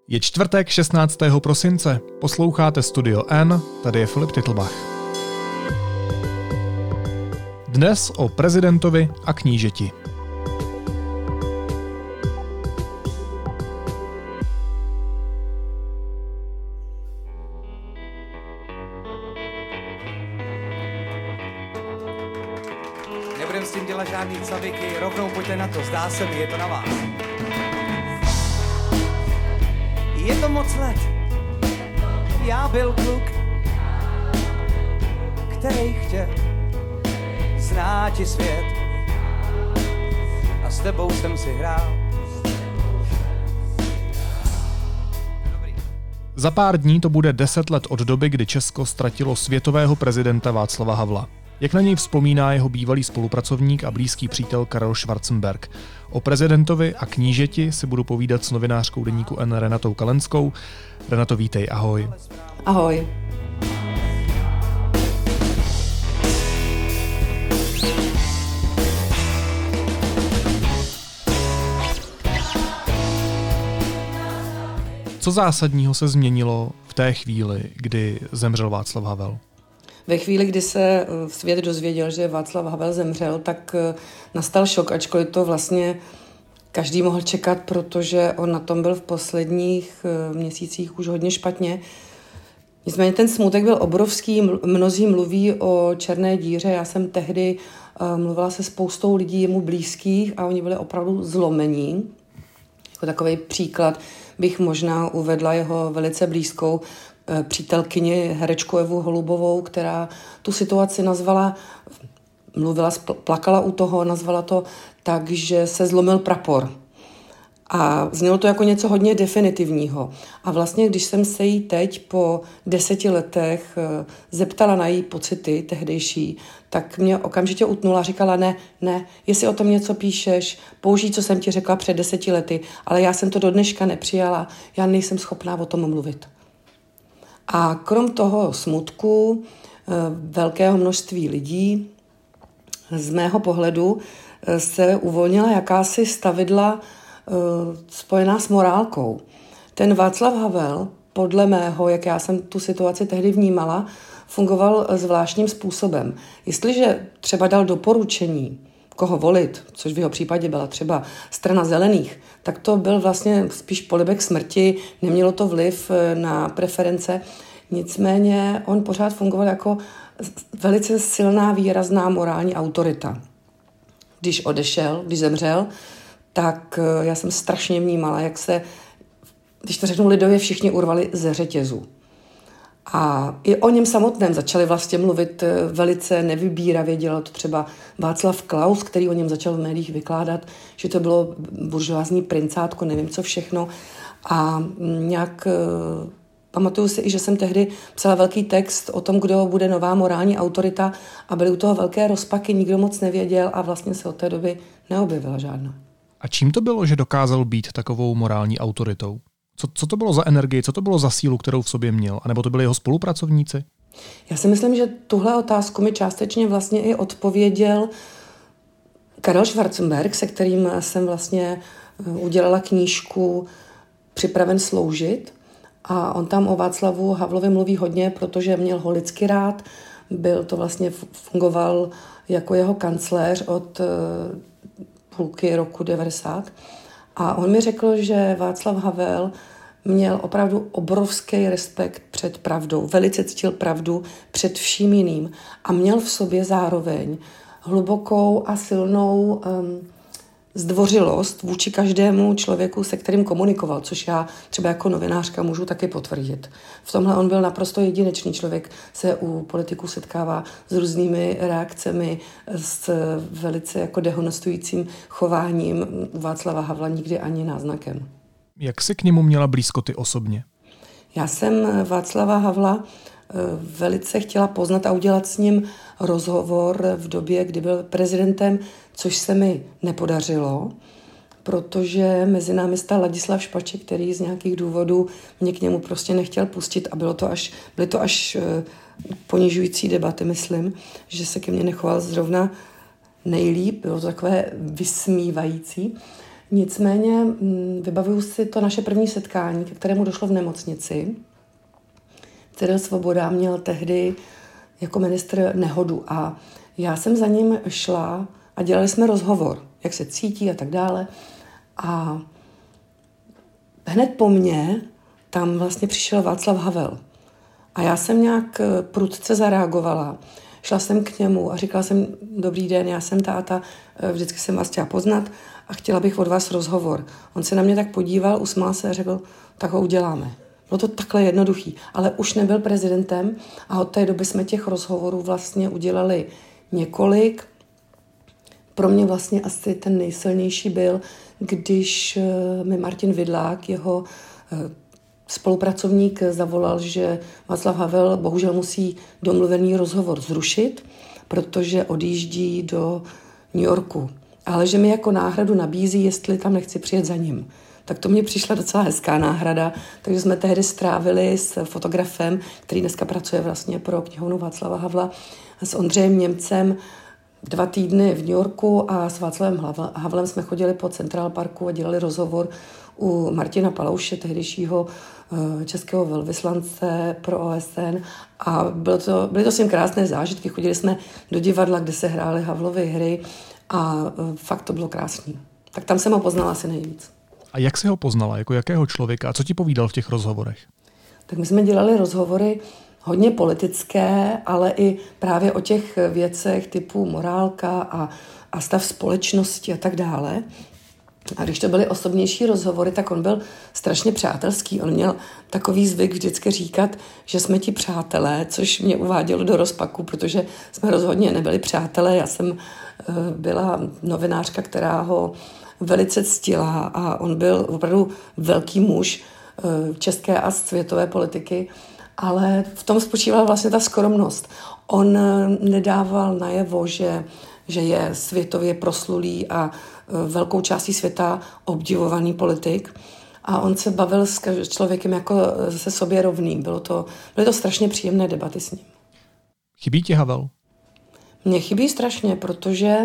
Je čtvrtek 16. prosince, posloucháte Studio N, tady je Filip Titlbach. Dnes o prezidentovi a knížeti. Nebudem s tím dělat žádný caviky, rovnou pojďte na to, zdá se mi, je to na vás. Je to moc let, já byl kluk, který chtěl znát i svět a s tebou jsem si hrál. Za pár dní to bude 10 let od doby, kdy Česko ztratilo světového prezidenta Václava Havla. Jak na něj vzpomíná jeho bývalý spolupracovník a blízký přítel Karel Schwarzenberg. O prezidentovi a knížeti si budu povídat s novinářkou deníku N Renatou Kalenskou. Renato, vítej, ahoj. Ahoj. Co zásadního se změnilo v té chvíli, kdy zemřel Václav Havel? Ve chvíli, kdy se svět dozvěděl, že Václav Havel zemřel, tak nastal šok, ačkoliv to vlastně každý mohl čekat, protože on na tom byl v posledních měsících už hodně špatně. Nicméně ten smutek byl obrovský, mnozí mluví o černé díře, já jsem tehdy mluvila se spoustou lidí jemu blízkých a oni byli opravdu zlomení. Jako takový příklad bych možná uvedla jeho velice blízkou přítelkyni herečku Evu Holubovou, která tu situaci nazvala, plakala u toho, nazvala to tak, že se zlomil prapor. A znělo to jako něco hodně definitivního. A vlastně, když jsem se jí teď po 10 letech zeptala na její pocity tehdejší, tak mě okamžitě utnula a říkala, ne, jestli o tom něco píšeš, použij, co jsem ti řekla před 10 lety, ale já jsem to do dneška nepřijala, já nejsem schopná o tom mluvit. A krom toho smutku velkého množství lidí, z mého pohledu se uvolnila jakási stavidla spojená s morálkou. Ten Václav Havel, podle mého, jak já jsem tu situaci tehdy vnímala, fungoval zvláštním způsobem. Jestliže třeba dal doporučení, koho volit, což v jeho případě byla třeba strana zelených, tak to byl vlastně spíš polibek smrti, nemělo to vliv na preference. Nicméně on pořád fungoval jako velice silná, výrazná morální autorita. Když odešel, když zemřel, tak já jsem strašně vnímala, jak se, když to řeknu lidově, všichni urvali ze řetězu. A i o něm samotném začali vlastně mluvit velice nevybíravě. Dělal to třeba Václav Klaus, který o něm začal v médiích vykládat, že to bylo buržoázní princátko, nevím co všechno. A nějak pamatuju si i, že jsem tehdy psala velký text o tom, kdo bude nová morální autorita a byly u toho velké rozpaky, nikdo moc nevěděl a vlastně se od té doby neobjevila žádná. A čím to bylo, že dokázal být takovou morální autoritou? Co to bylo za energii, co to bylo za sílu, kterou v sobě měl? A nebo to byli jeho spolupracovníci? Já si myslím, že tuhle otázku mi částečně vlastně i odpověděl Karel Schwarzenberg, se kterým jsem vlastně udělala knížku Připraven sloužit. A on tam o Václavu Havlovi mluví hodně, protože měl ho lidsky rád. Fungoval jako jeho kancléř od půlky roku 90. A on mi řekl, že Václav Havel měl opravdu obrovský respekt před pravdou, velice ctil pravdu před vším jiným a měl v sobě zároveň hlubokou a silnou zdvořilost vůči každému člověku, se kterým komunikoval, což já třeba jako novinářka můžu taky potvrdit. V tomhle on byl naprosto jedinečný člověk, se u politiků setkává s různými reakcemi, s velice jako dehonestujícím chováním. U Václava Havla nikdy ani náznakem. Jak jsi k němu měla blízko ty osobně? Já jsem Václava Havla velice chtěla poznat a udělat s ním rozhovor v době, kdy byl prezidentem, což se mi nepodařilo, protože mezi námi stál Ladislav Špaček, který z nějakých důvodů mě k němu prostě nechtěl pustit a byly to až ponižující debaty, myslím, že se ke mně nechoval zrovna nejlíp, bylo to takové vysmívající. Nicméně vybavuju si to naše první setkání, ke kterému došlo v nemocnici. Cyril Svoboda měl tehdy jako ministr nehodu a já jsem za ním šla a dělali jsme rozhovor, jak se cítí a tak dále. A hned po mně tam vlastně přišel Václav Havel. A já jsem nějak prudce zareagovala. Šla jsem k němu a říkala jsem, dobrý den, já jsem táta, vždycky jsem vás chtěla poznat a chtěla bych od vás rozhovor. On se na mě tak podíval, usmál se a řekl, tak ho uděláme. Bylo to takhle jednoduchý, ale už nebyl prezidentem a od té doby jsme těch rozhovorů vlastně udělali několik. Pro mě vlastně asi ten nejsilnější byl, když mi Martin Vidlák, jeho spolupracovník, zavolal, že Václav Havel bohužel musí domluvený rozhovor zrušit, protože odjíždí do New Yorku. Ale že mi jako náhradu nabízí, jestli tam nechci přijet za ním. Tak to mně přišla docela hezká náhrada, takže jsme tehdy strávili s fotografem, který dneska pracuje vlastně pro knihovnu Václava Havla, s Ondřejem Němcem 2 týdny v New Yorku a s Václavem Havlem jsme chodili po Central Parku a dělali rozhovor u Martina Palouše, tehdejšího českého velvyslance pro OSN a byly to s ním krásné zážitky. Chodili jsme do divadla, kde se hrály Havlovy hry a fakt to bylo krásný. Tak tam jsem ho poznala asi nejvíc. A jak jsi ho poznala? Jako jakého člověka? A co ti povídal v těch rozhovorech? Tak my jsme dělali rozhovory hodně politické, ale i právě o těch věcech typu morálka a stav společnosti a tak dále. A když to byly osobnější rozhovory, tak on byl strašně přátelský. On měl takový zvyk vždycky říkat, že jsme ti přátelé, což mě uvádělo do rozpaku, protože jsme rozhodně nebyli přátelé. Já jsem byla novinářka, která ho velice ctila a on byl opravdu velký muž české a světové politiky, ale v tom spočívala vlastně ta skromnost. On nedával najevo, že je světově proslulý a velkou částí světa obdivovaný politik. A on se bavil s člověkem jako se sobě rovným. Byly to strašně příjemné debaty s ním. Chybí ti Havel? Mně chybí strašně, protože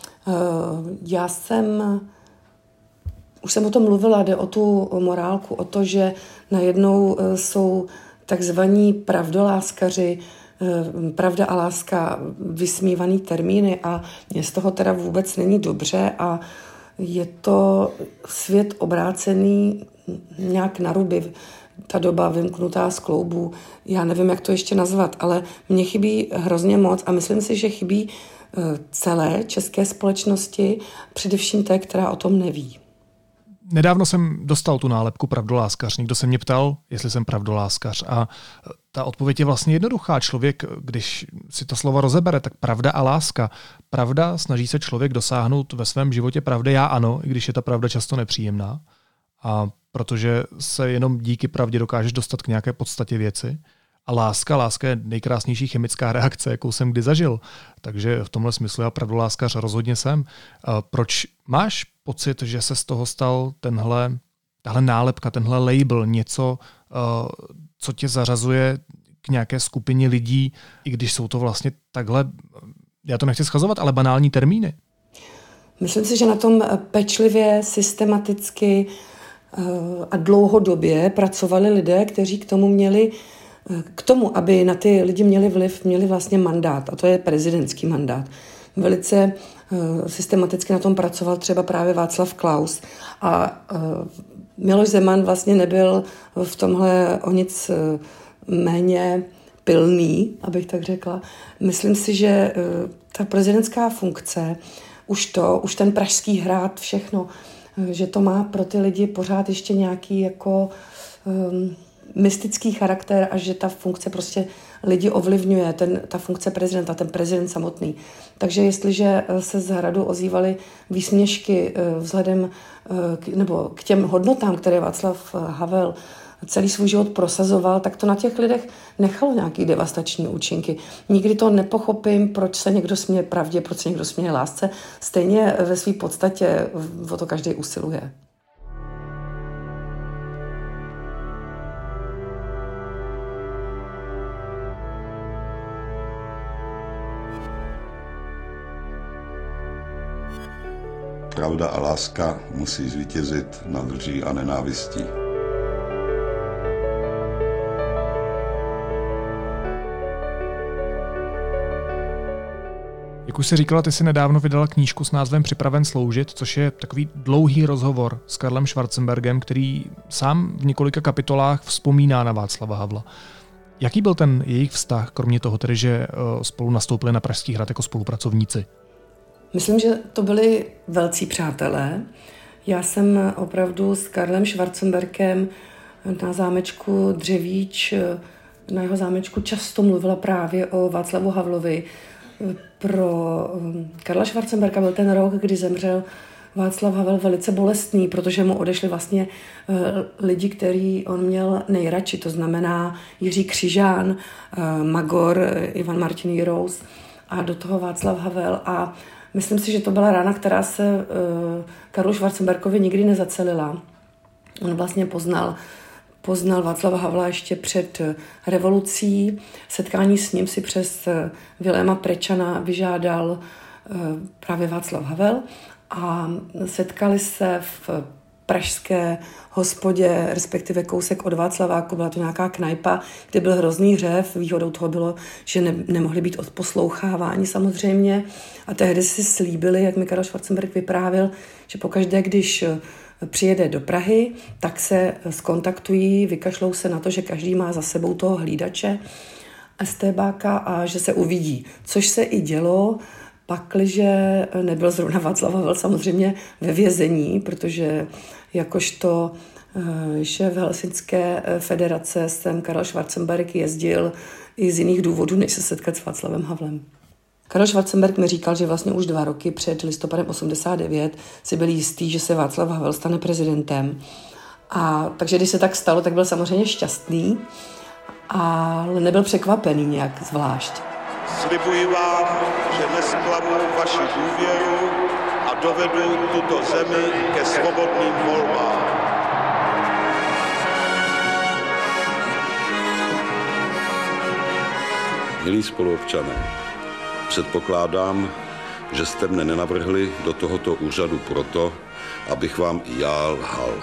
už jsem o tom mluvila, jde o tu morálku, o to, že najednou jsou takzvaní pravdoláskaři, pravda a láska vysmívaný termíny a mně z toho teda vůbec není dobře a je to svět obrácený nějak na ruby, ta doba vymknutá z kloubů. Já nevím, jak to ještě nazvat, ale mně chybí hrozně moc a myslím si, že chybí celé české společnosti, především té, která o tom neví. Nedávno jsem dostal tu nálepku pravdoláskař. Někdo se mě ptal, jestli jsem pravdoláskař. A ta odpověď je vlastně jednoduchá. Člověk, když si to slovo rozebere, tak pravda a láska. Pravda, snaží se člověk dosáhnout ve svém životě pravdy. Já ano, i když je ta pravda často nepříjemná. A protože se jenom díky pravdě dokážeš dostat k nějaké podstatě věci. A láska je nejkrásnější chemická reakce, jakou jsem kdy zažil. Takže v tomhle smyslu já pravdoláskař rozhodně jsem. Proč máš pocit, že se z toho stal tahle nálepka, tenhle label, něco, co tě zařazuje k nějaké skupině lidí, i když jsou to vlastně takhle, já to nechci schazovat, ale banální termíny? Myslím si, že na tom pečlivě, systematicky a dlouhodobě pracovali lidé, kteří k tomu, aby na ty lidi měli vliv, měli vlastně mandát, a to je prezidentský mandát. Velice systematicky na tom pracoval třeba právě Václav Klaus a Miloš Zeman vlastně nebyl v tomhle o nic méně pilný, abych tak řekla. Myslím si, že ta prezidentská funkce, už ten Pražský hrad, všechno, že to má pro ty lidi pořád ještě nějaký jako mystický charakter a že ta funkce prostě lidi ovlivňuje, ta funkce prezidenta, ten prezident samotný. Takže jestliže se z hradu ozývaly výsměšky vzhledem k těm hodnotám, které Václav Havel celý svůj život prosazoval, tak to na těch lidech nechalo nějaký devastační účinky. Nikdy to nepochopím, proč se někdo směje pravdě, proč se někdo směje lásce. Stejně ve své podstatě o to každý usiluje. pravda a láska musí zvítězit nad lží a nenávistí. Jak už jsi říkala, ty jsi nedávno vydala knížku s názvem Připraven sloužit, což je takový dlouhý rozhovor s Karlem Schwarzenbergem, který sám v několika kapitolách vzpomíná na Václava Havla. Jaký byl ten jejich vztah, kromě toho tedy, že spolu nastoupili na Pražský hrad jako spolupracovníci? Myslím, že to byli velcí přátelé. Já jsem opravdu s Karlem Schwarzenbergem na zámečku Dřevíč, na jeho zámečku často mluvila právě o Václavu Havlovi. Pro Karla Schwarzenberga byl ten rok, kdy zemřel Václav Havel, velice bolestný, protože mu odešli vlastně lidi, který on měl nejradši, to znamená Jiří Křižán, Magor, Ivan Martin Jirous a do toho Václav Havel. A myslím si, že to byla rána, která se Karlu Schwarzenbergovi nikdy nezacelila. On vlastně poznal Václava Havla ještě před revolucí. Setkání s ním si přes Viléma Prečana vyžádal právě Václav Havel a setkali se v pražské hospodě, respektive kousek od Václaváku, byla to nějaká knajpa, kde byl hrozný řev. Výhodou toho bylo, že nemohli být odposloucháváni samozřejmě. A tehdy si slíbili, jak mi Karel Schwarzenberg vyprávěl, že pokaždé, když přijede do Prahy, tak se skontaktují, vykašlou se na to, že každý má za sebou toho hlídače STBáka a že se uvidí. Což se i dělo, pakliže nebyl zrovna Václav Havel samozřejmě ve vězení, protože jakožto šéf Helsinské federace sem Karel Schwarzenberg jezdil i z jiných důvodů, než se setkat s Václavem Havlem. Karel Schwarzenberg mi říkal, že vlastně už 2 roky před listopadem 89 si byl jistý, že se Václav Havel stane prezidentem. Takže když se tak stalo, tak byl samozřejmě šťastný, ale nebyl překvapený nějak zvlášť. Slibuji vám, že nesklamu vaši důvěru a dovedu tuto zemi ke svobodným volbám. Milí spoluobčané, předpokládám, že jste mne nenavrhli do tohoto úřadu proto, abych vám i já lhal.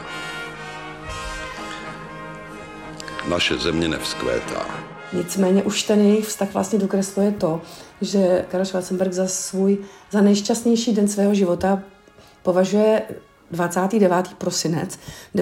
Naše země nevzkvétá. Nicméně už ten jejich vztah vlastně dokresluje to, že Karel Schwarzenberg za nejšťastnější den svého života považuje 29. prosinec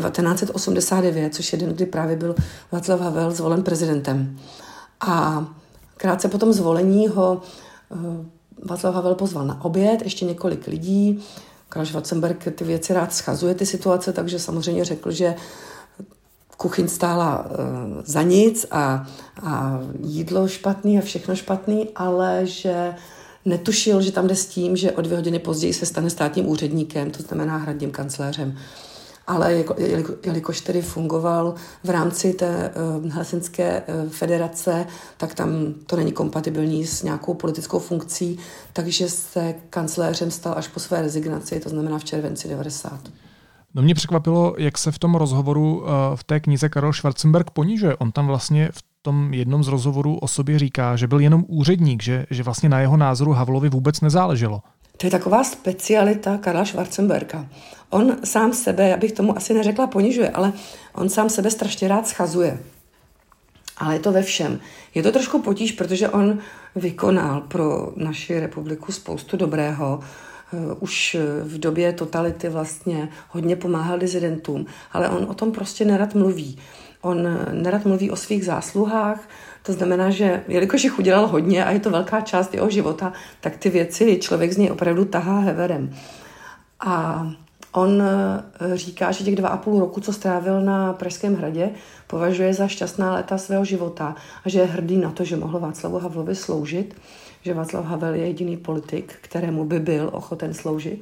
1989, což je den, kdy právě byl Václav Havel zvolen prezidentem. A krátce po tom zvolení ho Václav Havel pozval na oběd, ještě několik lidí. Karel Schwarzenberg ty věci rád schazuje, ty situace, takže samozřejmě řekl, že kuchyň stála za nic a jídlo špatný a všechno špatný, ale že netušil, že tam jde s tím, že o 2 hodiny později se stane státním úředníkem, to znamená hradním kancléřem. Ale jelikož tedy fungoval v rámci té Helsinské federace, tak tam to není kompatibilní s nějakou politickou funkcí, takže se kancléřem stal až po své rezignaci, to znamená v červenci 90. No mě překvapilo, jak se v tom rozhovoru v té knize Karel Schwarzenberg ponižuje. On tam vlastně v tom jednom z rozhovorů o sobě říká, že byl jenom úředník, že vlastně na jeho názoru Havlovi vůbec nezáleželo. To je taková specialita Karla Schwarzenberga. On sám sebe, já bych tomu asi neřekla ponižuje, ale on sám sebe strašně rád schazuje. Ale je to ve všem. Je to trošku potíž, protože on vykonal pro naši republiku spoustu dobrého. Už v době totality vlastně hodně pomáhal disidentům, ale on o tom prostě nerad mluví. On nerad mluví o svých zásluhách, to znamená, že jelikož jich udělal hodně a je to velká část jeho života, tak ty věci člověk z něj opravdu tahá heverem. A on říká, že těch 2,5 roku, co strávil na Pražském hradě, považuje za šťastná léta svého života a že je hrdý na to, že mohl Václavu Havlovi sloužit, že Václav Havel je jediný politik, kterému by byl ochoten sloužit.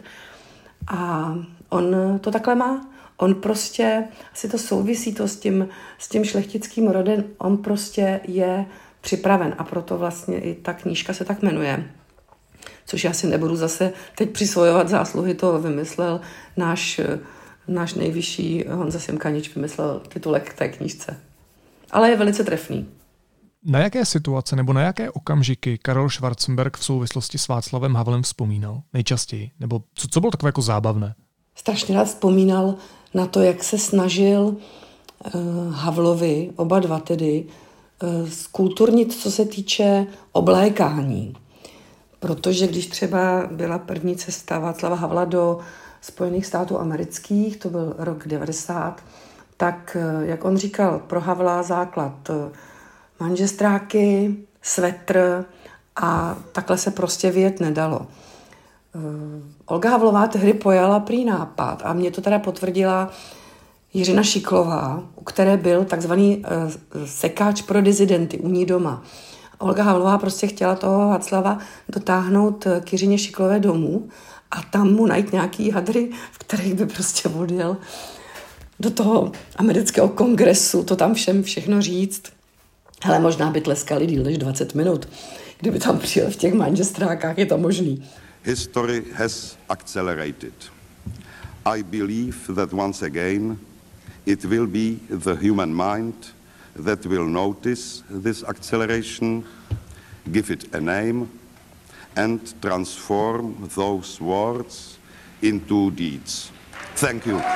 A on to takhle má. On prostě, asi to souvisí to s tím šlechtickým rodem, on prostě je připraven a proto vlastně i ta knížka se tak jmenuje. Což já si nebudu zase teď přisvojovat zásluhy, to vymyslel náš nejvyšší Honza Simkanič, vymyslel titulek k té knížce. Ale je velice trefný. Na jaké situace nebo na jaké okamžiky Karel Schwarzenberg v souvislosti s Václavem Havlem vzpomínal nejčastěji? Nebo co bylo takové jako zábavné? Strašně rád vzpomínal na to, jak se snažil Havlovi, oba dva tedy, zkulturnit, co se týče oblékání. Protože když třeba byla první cesta Václava Havla do Spojených států amerických, to byl rok 90, tak, jak on říkal, pro Havla základ manžestráky, svetr a takhle se prostě vyjet nedalo. Olga Havlová tehdy pojala prý nápad a mě to teda potvrdila Jiřina Šiklová, u které byl takzvaný sekáč pro dizidenty u ní doma. Olga Havlová prostě chtěla toho Václava dotáhnout k Jiřině Šiklové domů a tam mu najít nějaký hadry, v kterých by prostě odjel do toho amerického kongresu, to tam všechno říct. Hele, možná by tleskali díl než 20 minut. Kdyby tam přijel v těch manžestrákách, je to možný. History has accelerated. I believe that once again it will be the human mind that will notice this acceleration, give it a name, and transform those words into deeds. Thank you.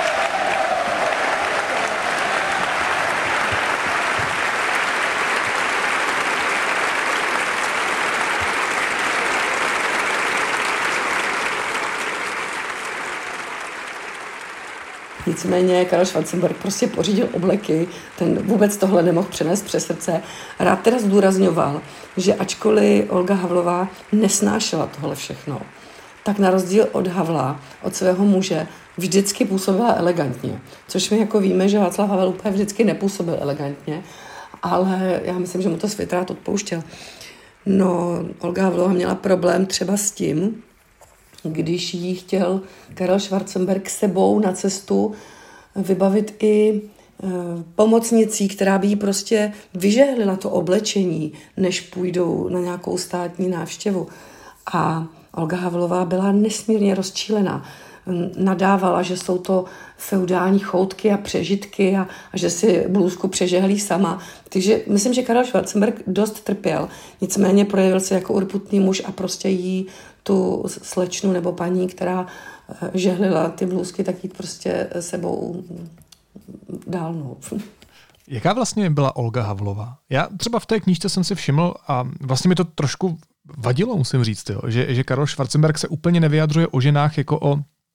Nicméně Karel Schwarzenberg prostě pořídil obleky, ten vůbec tohle nemohl přenést přes srdce. Rád teda zdůrazňoval, že ačkoliv Olga Havlová nesnášela tohle všechno, tak na rozdíl od Havla, od svého muže, vždycky působila elegantně. Což my jako víme, že Václav Havel úplně vždycky nepůsobil elegantně, ale já myslím, že mu to svět rád odpouštěl. No, Olga Havlová měla problém třeba s tím, když jí chtěl Karel Schwarzenberg sebou na cestu vybavit i pomocnicí, která by jí prostě vyžehlila to oblečení, než půjdou na nějakou státní návštěvu. A Olga Havlová byla nesmírně rozčílená. Nadávala, že jsou to feudální choutky a přežitky a že si blůzku přežehlí sama. Takže myslím, že Karel Schwarzenberg dost trpěl. Nicméně projevil se jako urputný muž a prostě jí tu slečnu nebo paní, která žehlila ty blůzky, tak jít prostě sebou dál. No. Jaká vlastně byla Olga Havlová? Já třeba v té knížce jsem si všiml a vlastně mi to trošku vadilo, musím říct, jo, že Karel Schwarzenberg se úplně nevyjadřuje o ženách jako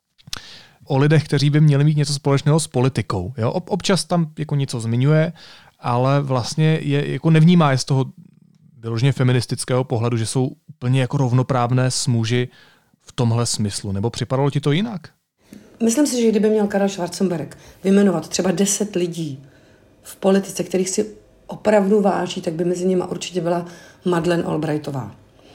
o lidech, kteří by měli mít něco společného s politikou. Jo? Občas tam jako něco zmiňuje, ale vlastně je jako nevnímá je z toho vyloženě feministického pohledu, že jsou úplně jako rovnoprávné s muži v tomhle smyslu. Nebo připadalo ti to jinak? Myslím si, že kdyby měl Karel Schwarzenberg vyjmenovat třeba 10 lidí v politice, kterých si opravdu váží, tak by mezi nimi určitě byla Madeleine Albrightová.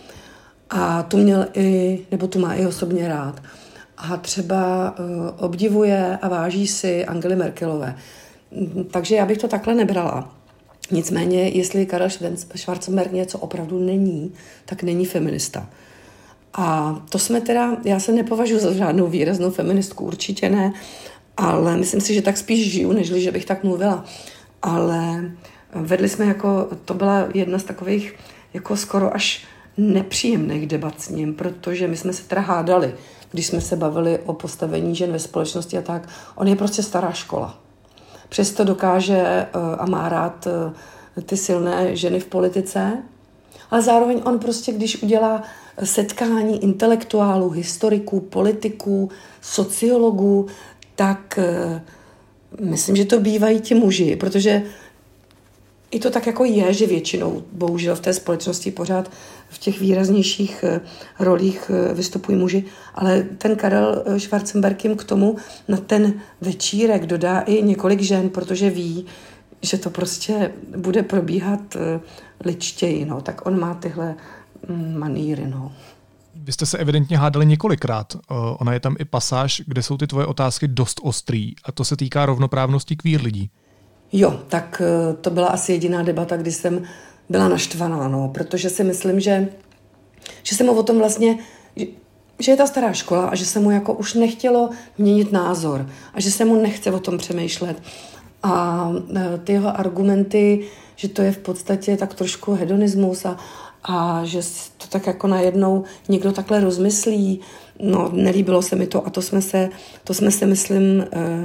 A tu měl nebo tu má i osobně rád. A třeba obdivuje a váží si Angely Merkelové. Takže já bych to takhle nebrala. Nicméně, jestli Karel Schwarzenberg něco opravdu není, tak není feminista. A to jsme teda, já se nepovažuji za žádnou výraznou feministku, určitě ne, ale myslím si, že tak spíš žiju, nežli, že bych tak mluvila. Ale vedli jsme jako, to byla jedna z takových jako skoro až nepříjemných debat s ním, protože my jsme se teda hádali, když jsme se bavili o postavení žen ve společnosti a tak. On je prostě stará škola. Přesto dokáže a má rád ty silné ženy v politice, ale zároveň on prostě, když udělá setkání intelektuálů, historiků, politiků, sociologů, tak myslím, že to bývají ti muži, protože i to tak jako je, že většinou bohužel v té společnosti pořád v těch výraznějších rolích vystupují muži, ale ten Karel Schwarzenberg jim k tomu na ten večírek dodá i několik žen, protože ví, že to prostě bude probíhat ličtěji, no, tak on má tyhle manýry, no. Vy jste se evidentně hádali několikrát. Ona je tam i pasáž, kde jsou ty tvoje otázky dost ostrý a to se týká rovnoprávnosti queer lidí. Jo, tak to byla asi jediná debata, kdy jsem byla naštvaná, no, protože si myslím, že se mu o tom vlastně, že je ta stará škola a že se mu jako už nechtělo měnit názor a že se mu nechce o tom přemýšlet. A ty jeho argumenty, že to je v podstatě tak trošku hedonismus a že to tak jako najednou někdo takhle rozmyslí. No, nelíbilo se mi to a to jsme se myslím,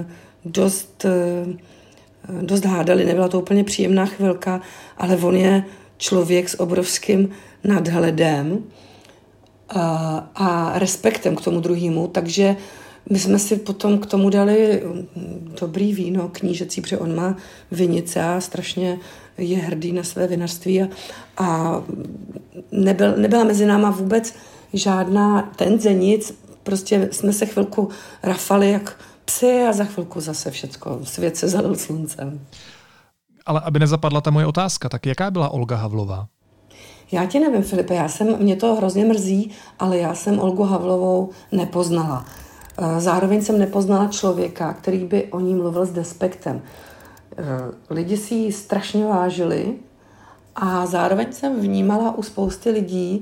dost hádali. Nebyla to úplně příjemná chvilka, ale on je člověk s obrovským nadhledem a respektem k tomu druhému, takže my jsme si potom k tomu dali dobrý víno knížecí, protože on má vinice a strašně je hrdý na své vinařství a nebyla mezi náma vůbec žádná tenze, nic, prostě jsme se chvilku rafali jak psy a za chvilku zase všecko, svět se zalil sluncem. Ale aby nezapadla ta moje otázka, tak jaká byla Olga Havlová? Já ti nevím, Filipe, mě to hrozně mrzí, ale já jsem Olgu Havlovou nepoznala. Zároveň jsem nepoznala člověka, který by o ní mluvil s despektem. Lidi si ji strašně vážili a zároveň jsem vnímala u spousty lidí,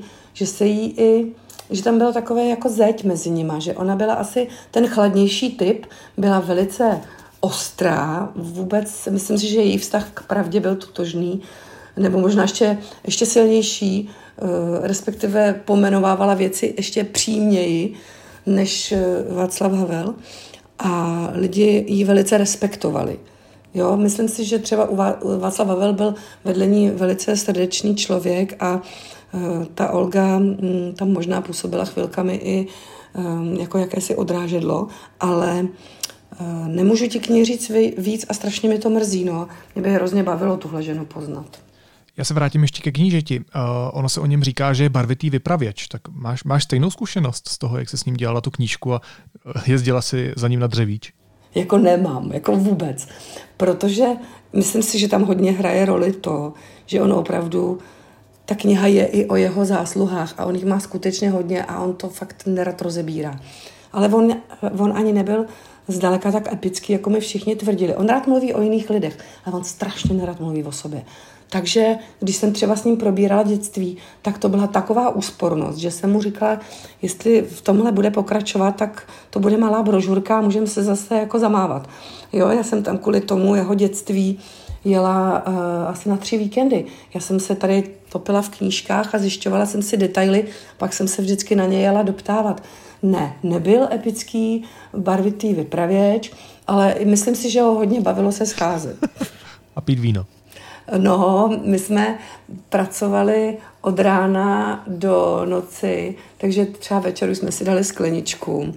že tam bylo takové jako zeď mezi nima, že ona byla asi ten chladnější typ, byla velice ostrá, vůbec myslím si, že její vztah k pravdě byl totožný, nebo možná ještě silnější, respektive pomenovávala věci ještě příměji než Václav Havel a lidi ji velice respektovali. Jo, myslím si, že třeba Václav Havel byl vedle ní velice srdečný člověk a ta Olga tam možná působila chvilkami i jako jakési odrážedlo, ale nemůžu ti k ní říct víc a strašně mi to mrzí. No. Mě by hrozně bavilo tuhle ženu poznat. Já se vrátím ještě ke knížeti. Ono se o něm říká, že je barvitý vypravěč. Tak máš stejnou zkušenost z toho, jak jsi s ním dělala tu knížku a jezdila si za ním na Dřevíč? Jako nemám, jako vůbec. Protože myslím si, že tam hodně hraje roli to, že on opravdu, ta kniha je i o jeho zásluhách a on jich má skutečně hodně a on to fakt nerad rozebírá. Ale on ani nebyl zdaleka tak epický, jako my všichni tvrdili. On rád mluví o jiných lidech, ale on strašně nerad mluví o sobě. Takže když jsem třeba s ním probírala dětství, tak to byla taková úspornost, že jsem mu říkala, jestli v tomhle bude pokračovat, tak to bude malá brožurka a můžeme se zase jako zamávat. Jo, já jsem tam kvůli tomu jeho dětství jela asi na 3 víkendy. Já jsem se tady topila v knížkách a zjišťovala jsem si detaily, pak jsem se vždycky na ně jela doptávat. Ne, nebyl epický, barvitý vypravěč, ale myslím si, že ho hodně bavilo se scházet. A pít víno. No, my jsme pracovali od rána do noci, takže třeba večeru jsme si dali skleničku.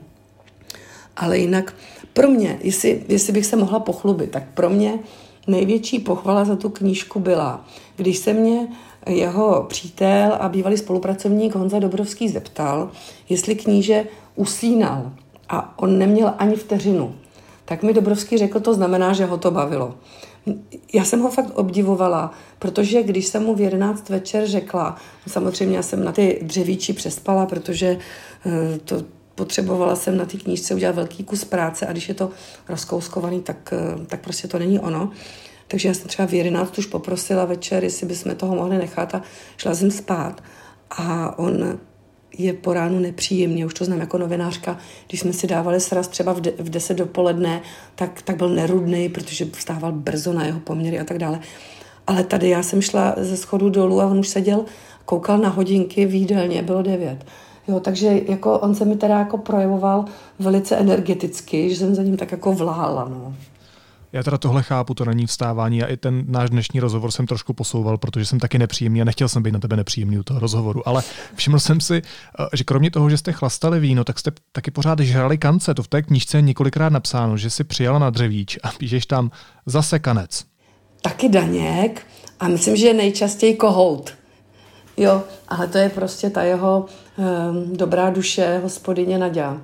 Ale jinak pro mě, jestli bych se mohla pochlubit, tak pro mě největší pochvala za tu knížku byla, když se mě jeho přítel a bývalý spolupracovník Honza Dobrovský zeptal, jestli kníže usínal a on neměl ani vteřinu. Tak mi Dobrovský řekl, to znamená, že ho to bavilo. Já jsem ho fakt obdivovala, protože když jsem mu v 11 večer řekla, samozřejmě já jsem na ty Dřevíči přespala, protože to potřebovala jsem na té knížce udělat velký kus práce a když je to rozkouskovaný, tak prostě to není ono. Takže já jsem třeba v 11 už poprosila večer, jestli bychom toho mohli nechat a šla jsem spát. A on je po ránu nepříjemně, už to znám jako novinářka, když jsme si dávali sraz třeba v 10 dopoledne, tak byl nerudný, protože vstával brzo na jeho poměry a tak dále. Ale tady já jsem šla ze schodu dolů a on už seděl, koukal na hodinky v jídelně, bylo 9. Jo, takže jako on se mi teda jako projevoval velice energeticky, že jsem za ním tak jako vlála, no. Já teda tohle chápu, to není vstávání a i ten náš dnešní rozhovor jsem trošku posouval, protože jsem taky nepříjemný a nechtěl jsem být na tebe nepříjemný u toho rozhovoru, ale všiml jsem si, že kromě toho, že jste chlastali víno, tak jste taky pořád žrali kance. To v té knížce je několikrát napsáno, že si přijala na Dřevíč a píšeš tam zase kanec. Taky Daněk a myslím, že nejčastěji kohout. Jo, ale to je prostě ta jeho dobrá duše, hospodyně Naďa,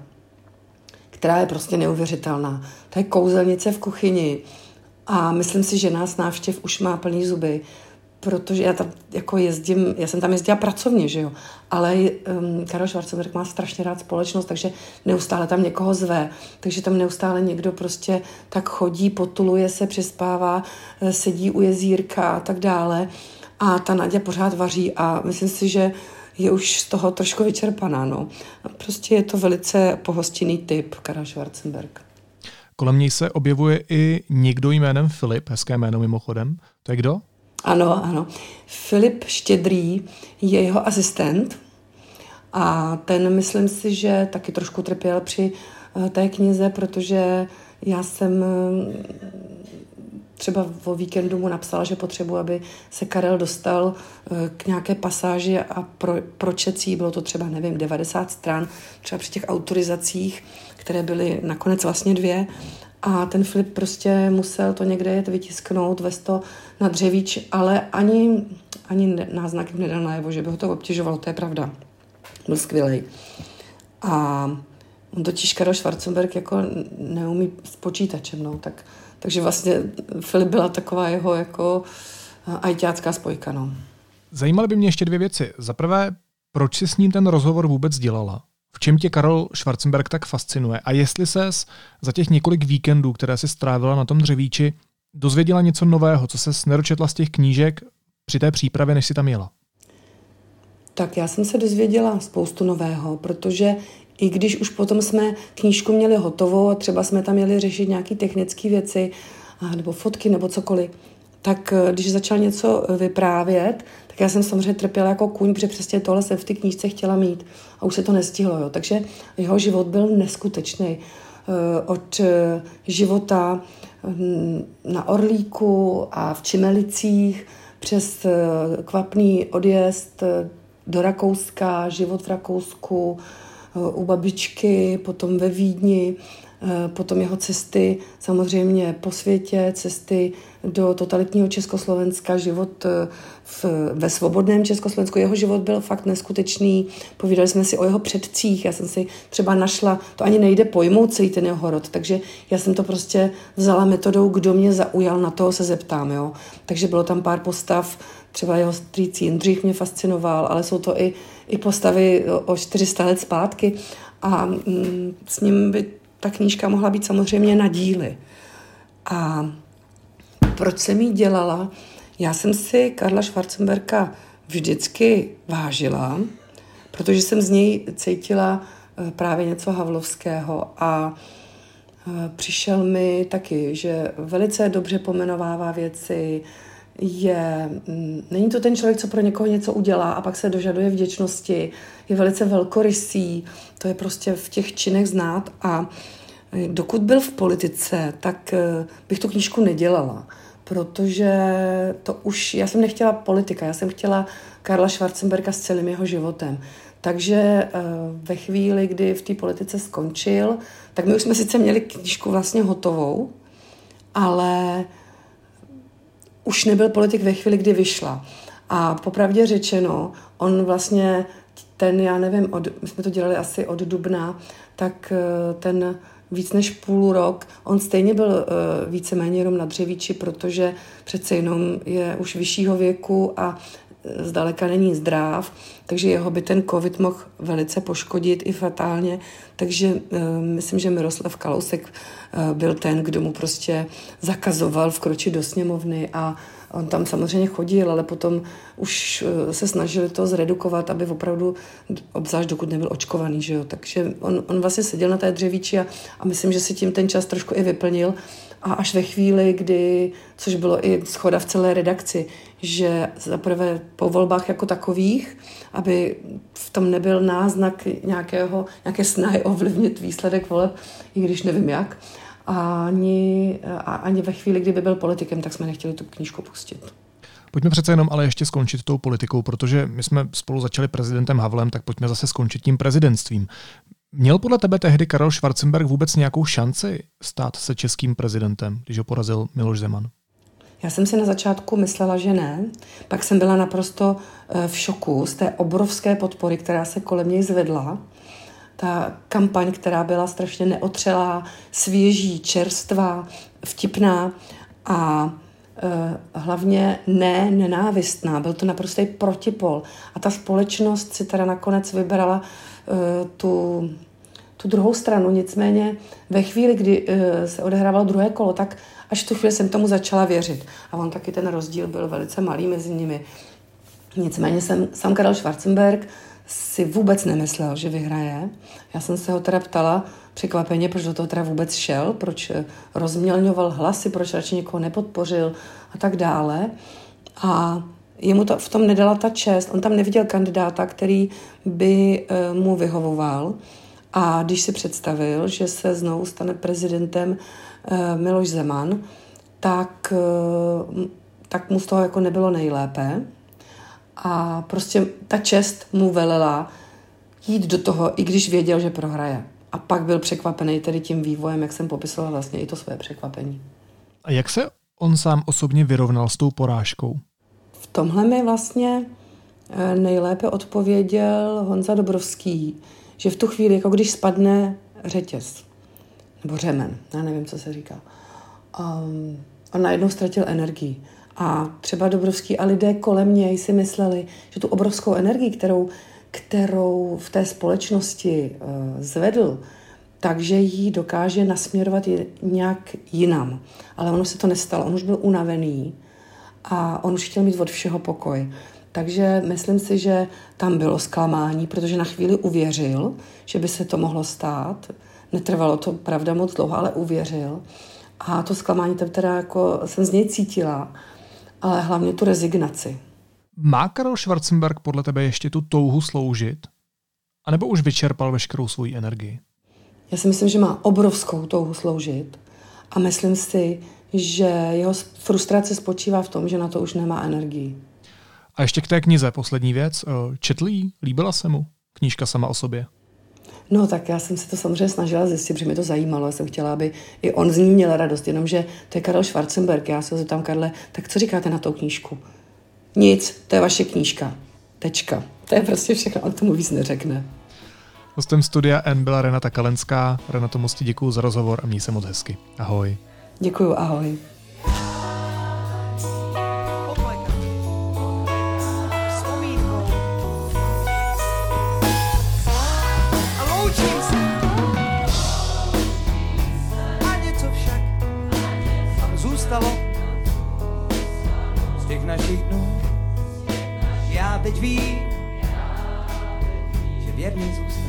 která je prostě neuvěřitelná. To je kouzelnice v kuchyni a myslím si, že nás návštěv už má plný zuby, protože já tam jako já jsem tam jezdila pracovně, že jo, ale Karel Schwarzenberg má strašně rád společnost, takže neustále tam někoho zve, takže tam neustále někdo prostě tak chodí, potuluje se, přespává, sedí u jezírka a tak dále a ta Naďa pořád vaří a myslím si, že je už z toho trošku vyčerpaná. No. Prostě je to velice pohostinný typ, Karel Schwarzenberg. Kolem něj se objevuje i někdo jménem Filip, hezké jméno mimochodem. To je kdo? Ano. Filip Štědrý je jeho asistent a ten, myslím si, že taky trošku trpěl při té knize, protože já jsem třeba o víkendu mu napsala, že potřebuji, aby se Karel dostal k nějaké pasáži a pročecí, bylo to třeba, 90 stran, třeba při těch autorizacích, které byly nakonec vlastně 2. A ten Filip prostě musel to někde jet vytisknout, vést to na dřevíč, ale ani náznak nedal najevo, že by ho to obtěžovalo, to je pravda. Byl skvělej. A on totiž Karel Schwarzenberg jako neumí s počítačem, no, takže vlastně Filip byla taková jeho jako ajťácká spojka, no. Zajímaly by mě ještě 2 věci. Za prvé, proč si s ním ten rozhovor vůbec dělala? V čem tě Karel Schwarzenberg tak fascinuje? A jestli ses za těch několik víkendů, které si strávila na tom dřevíči, dozvěděla něco nového, co ses nedočetla z těch knížek při té přípravě, než si tam jela? Tak já jsem se dozvěděla spoustu nového, protože i když už potom jsme knížku měli hotovou a třeba jsme tam měli řešit nějaké technické věci nebo fotky nebo cokoliv, tak když začal něco vyprávět, tak já jsem samozřejmě trpěla jako kůň, protože přesně tohle jsem v té knížce chtěla mít a už se to nestihlo. Jo. Takže jeho život byl neskutečný. Od života na Orlíku a v Čimelicích přes kvapný odjezd do Rakouska, život v Rakousku, u babičky, potom ve Vídni, potom jeho cesty samozřejmě po světě, cesty do totalitního Československa, život ve svobodném Československu. Jeho život byl fakt neskutečný. Povídali jsme si o jeho předcích. Já jsem si třeba našla, to ani nejde pojmout celý ten jeho rod, takže já jsem to prostě vzala metodou, kdo mě zaujal, na toho se zeptám. Jo. Takže bylo tam pár postav, třeba jeho strýc Jindřich mě fascinoval, ale jsou to i postavy o 400 let zpátky a s ním by ta knížka mohla být samozřejmě na díly. A proč jsem jí dělala? Já jsem si Karla Schwarzenberga vždycky vážila, protože jsem z něj cítila právě něco havlovského a přišel mi taky, že velice dobře pomenovává věci, není to ten člověk, co pro někoho něco udělá a pak se dožaduje vděčnosti, je velice velkorysý, to je prostě v těch činech znát a dokud byl v politice, tak bych tu knížku nedělala, protože já jsem nechtěla politika, já jsem chtěla Karla Schwarzenberga s celým jeho životem. Takže ve chvíli, kdy v té politice skončil, tak my už jsme sice měli knížku vlastně hotovou, ale už nebyl politik ve chvíli, kdy vyšla. A popravdě řečeno, on vlastně my jsme to dělali asi od dubna, tak ten víc než půl rok, on stejně byl víceméně jenom na dřevíči, protože přece jenom je už vyššího věku a zdaleka není zdrav, takže jeho by ten covid mohl velice poškodit i fatálně, takže myslím, že Miroslav Kalousek byl ten, kdo mu prostě zakazoval vkročit do sněmovny a on tam samozřejmě chodil, ale potom už se snažili to zredukovat, aby opravdu, obzvlášť dokud nebyl očkovaný, že jo. Takže on vlastně seděl na té dřevíči a myslím, že si tím ten čas trošku i vyplnil. A až ve chvíli, což bylo i shoda v celé redakci, že zaprvé po volbách jako takových, aby v tom nebyl náznak nějaké snahy ovlivnit výsledek voleb, i když nevím jak, a ani ve chvíli, kdyby byl politikem, tak jsme nechtěli tu knížku pustit. Pojďme přece jenom ale ještě skončit tou politikou, protože my jsme spolu začali prezidentem Havlem, tak pojďme zase skončit tím prezidentstvím. Měl podle tebe tehdy Karel Schwarzenberg vůbec nějakou šanci stát se českým prezidentem, když ho porazil Miloš Zeman? Já jsem si na začátku myslela, že ne. Pak jsem byla naprosto v šoku z té obrovské podpory, která se kolem něj zvedla. Ta kampaň, která byla strašně neotřelá, svěží, čerstvá, vtipná a hlavně nenávistná. Byl to naprostý protipol. A ta společnost si teda nakonec vybrala tu druhou stranu. Nicméně ve chvíli, kdy se odehrávalo druhé kolo, tak až v tu chvíli jsem tomu začala věřit. A on taky ten rozdíl byl velice malý mezi nimi. Nicméně sám Karel Schwarzenberg si vůbec nemyslel, že vyhraje. Já jsem se ho teda ptala překvapeně, proč do toho teda vůbec šel, proč rozmělňoval hlasy, proč radši někoho nepodpořil a tak dále. A jemu to v tom nedala ta čest, on tam neviděl kandidáta, který by mu vyhovoval. A když si představil, že se znovu stane prezidentem Miloš Zeman, tak mu z toho jako nebylo nejlépe. A prostě ta čest mu velela jít do toho, i když věděl, že prohraje. A pak byl překvapený tedy tím vývojem, jak jsem popisovala vlastně i to své překvapení. A jak se on sám osobně vyrovnal s tou porážkou? V tomhle mi vlastně nejlépe odpověděl Honza Dobrovský, že v tu chvíli, jako když spadne řetěz, nebo řemen, já nevím, co se říká, on najednou ztratil energii. A třeba Dobrovský a lidé kolem něj si mysleli, že tu obrovskou energii, kterou v té společnosti zvedl, takže ji dokáže nasměrovat nějak jinam. Ale ono se to nestalo, on už byl unavený a on už chtěl mít od všeho pokoj. Takže myslím si, že tam bylo zklamání, protože na chvíli uvěřil, že by se to mohlo stát. Netrvalo to, pravda, moc dlouho, ale uvěřil. A to zklamání tam teda jako jsem z něj cítila, ale hlavně tu rezignaci. Má Karel Schwarzenberg podle tebe ještě tu touhu sloužit? A nebo už vyčerpal veškerou svoji energii? Já si myslím, že má obrovskou touhu sloužit a myslím si, že jeho frustrace spočívá v tom, že na to už nemá energii. A ještě k té knize poslední věc. Četl jí? Líbila se mu? Knížka sama o sobě. No tak já jsem se to samozřejmě snažila zjistit, protože mě to zajímalo. Já jsem chtěla, aby i on z ní měl radost, jenomže to je Karel Schwarzenberg. Já se ho zeptám, Karle, tak co říkáte na tou knížku? Nic, to je vaše knížka. Tečka. To je prostě všechno, on tomu víc neřekne. Hostem Studia N byla Renata Kalenská. Renato, moc ti děkuju za rozhovor a měj se moc hezky. Ahoj. Děkuju, ahoj. Z těch našich dnů já teď vím, že věrný zůstanu.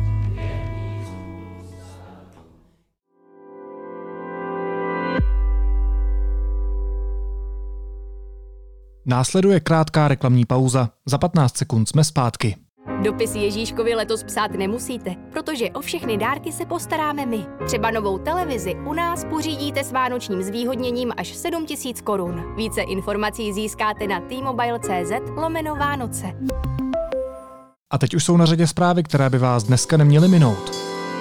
Následuje krátká reklamní pauza. Za 15 sekund jsme zpátky. Dopis Ježíškovi letos psát nemusíte, protože o všechny dárky se postaráme my. Třeba novou televizi u nás pořídíte s vánočním zvýhodněním až 7 000 korun. Více informací získáte na t-mobile.cz/Vánoce. A teď už jsou na řadě zprávy, které by vás dneska neměly minout.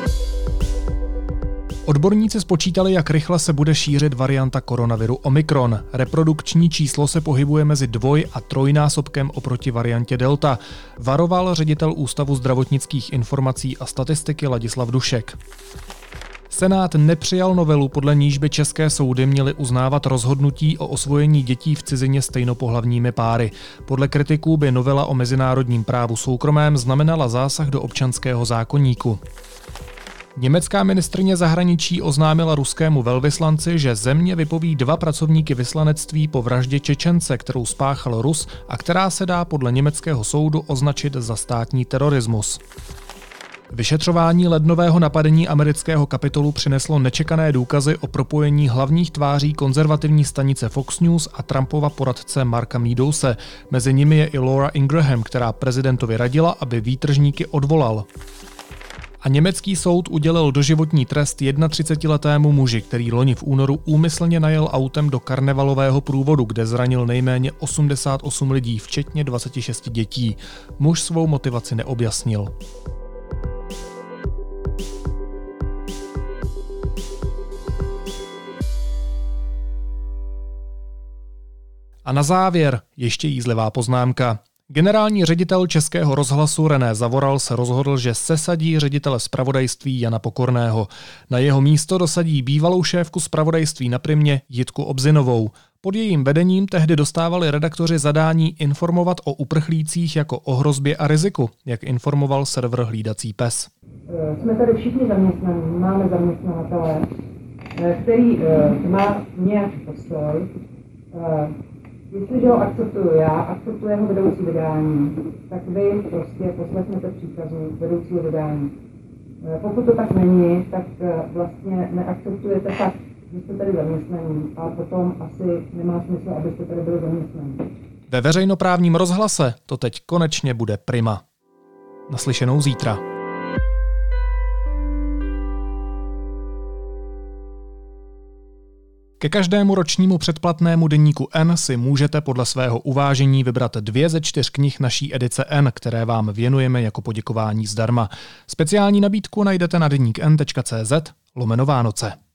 Odborníci spočítali, jak rychle se bude šířit varianta koronaviru Omikron. Reprodukční číslo se pohybuje mezi 2- a 3násobkem oproti variantě Delta, varoval ředitel Ústavu zdravotnických informací a statistiky Ladislav Dušek. Senát nepřijal novelu, podle níž by české soudy měly uznávat rozhodnutí o osvojení dětí v cizině stejnopohlavními páry. Podle kritiků by novela o mezinárodním právu soukromém znamenala zásah do občanského zákoníku. Německá ministryně zahraničí oznámila ruskému velvyslanci, že země vypoví 2 pracovníky vyslanectví po vraždě Čečence, kterou spáchal Rus a která se dá podle německého soudu označit za státní terorismus. Vyšetřování lednového napadení amerického Kapitolu přineslo nečekané důkazy o propojení hlavních tváří konzervativní stanice Fox News a Trumpova poradce Marka Meadowse. Mezi nimi je i Laura Ingraham, která prezidentovi radila, aby výtržníky odvolal. A německý soud udělil doživotní trest 31letému muži, který loni v únoru úmyslně najel autem do karnevalového průvodu, kde zranil nejméně 88 lidí, včetně 26 dětí. Muž svou motivaci neobjasnil. A na závěr ještě jízlivá poznámka. Generální ředitel Českého rozhlasu René Zavoral se rozhodl, že sesadí ředitele zpravodajství Jana Pokorného. Na jeho místo dosadí bývalou šéfku zpravodajství na Primě Jitku Obzinovou. Pod jejím vedením tehdy dostávali redaktoři zadání informovat o uprchlících jako o hrozbě a riziku, jak informoval server Hlídací pes. Jsme tady všichni zaměstnaní, máme zaměstnavatele, který má nějaký postoj. Jestliže ho akceptuju já, akceptuje ho vedoucí vydání, tak vy prostě poslechnete příkazu vedoucího vydání. Pokud to tak není, tak vlastně neakceptujete fakt, že jste tady zaměstnaní a potom asi nemá smysl, abyste tady byli zaměstnaní. Ve veřejnoprávním rozhlase to teď konečně bude prima. Naslyšenou zítra. Ke každému ročnímu předplatnému deníku N si můžete podle svého uvážení vybrat 2 ze 4 knih naší edice N, které vám věnujeme jako poděkování zdarma. Speciální nabídku najdete na deníkn.cz/Vánoce.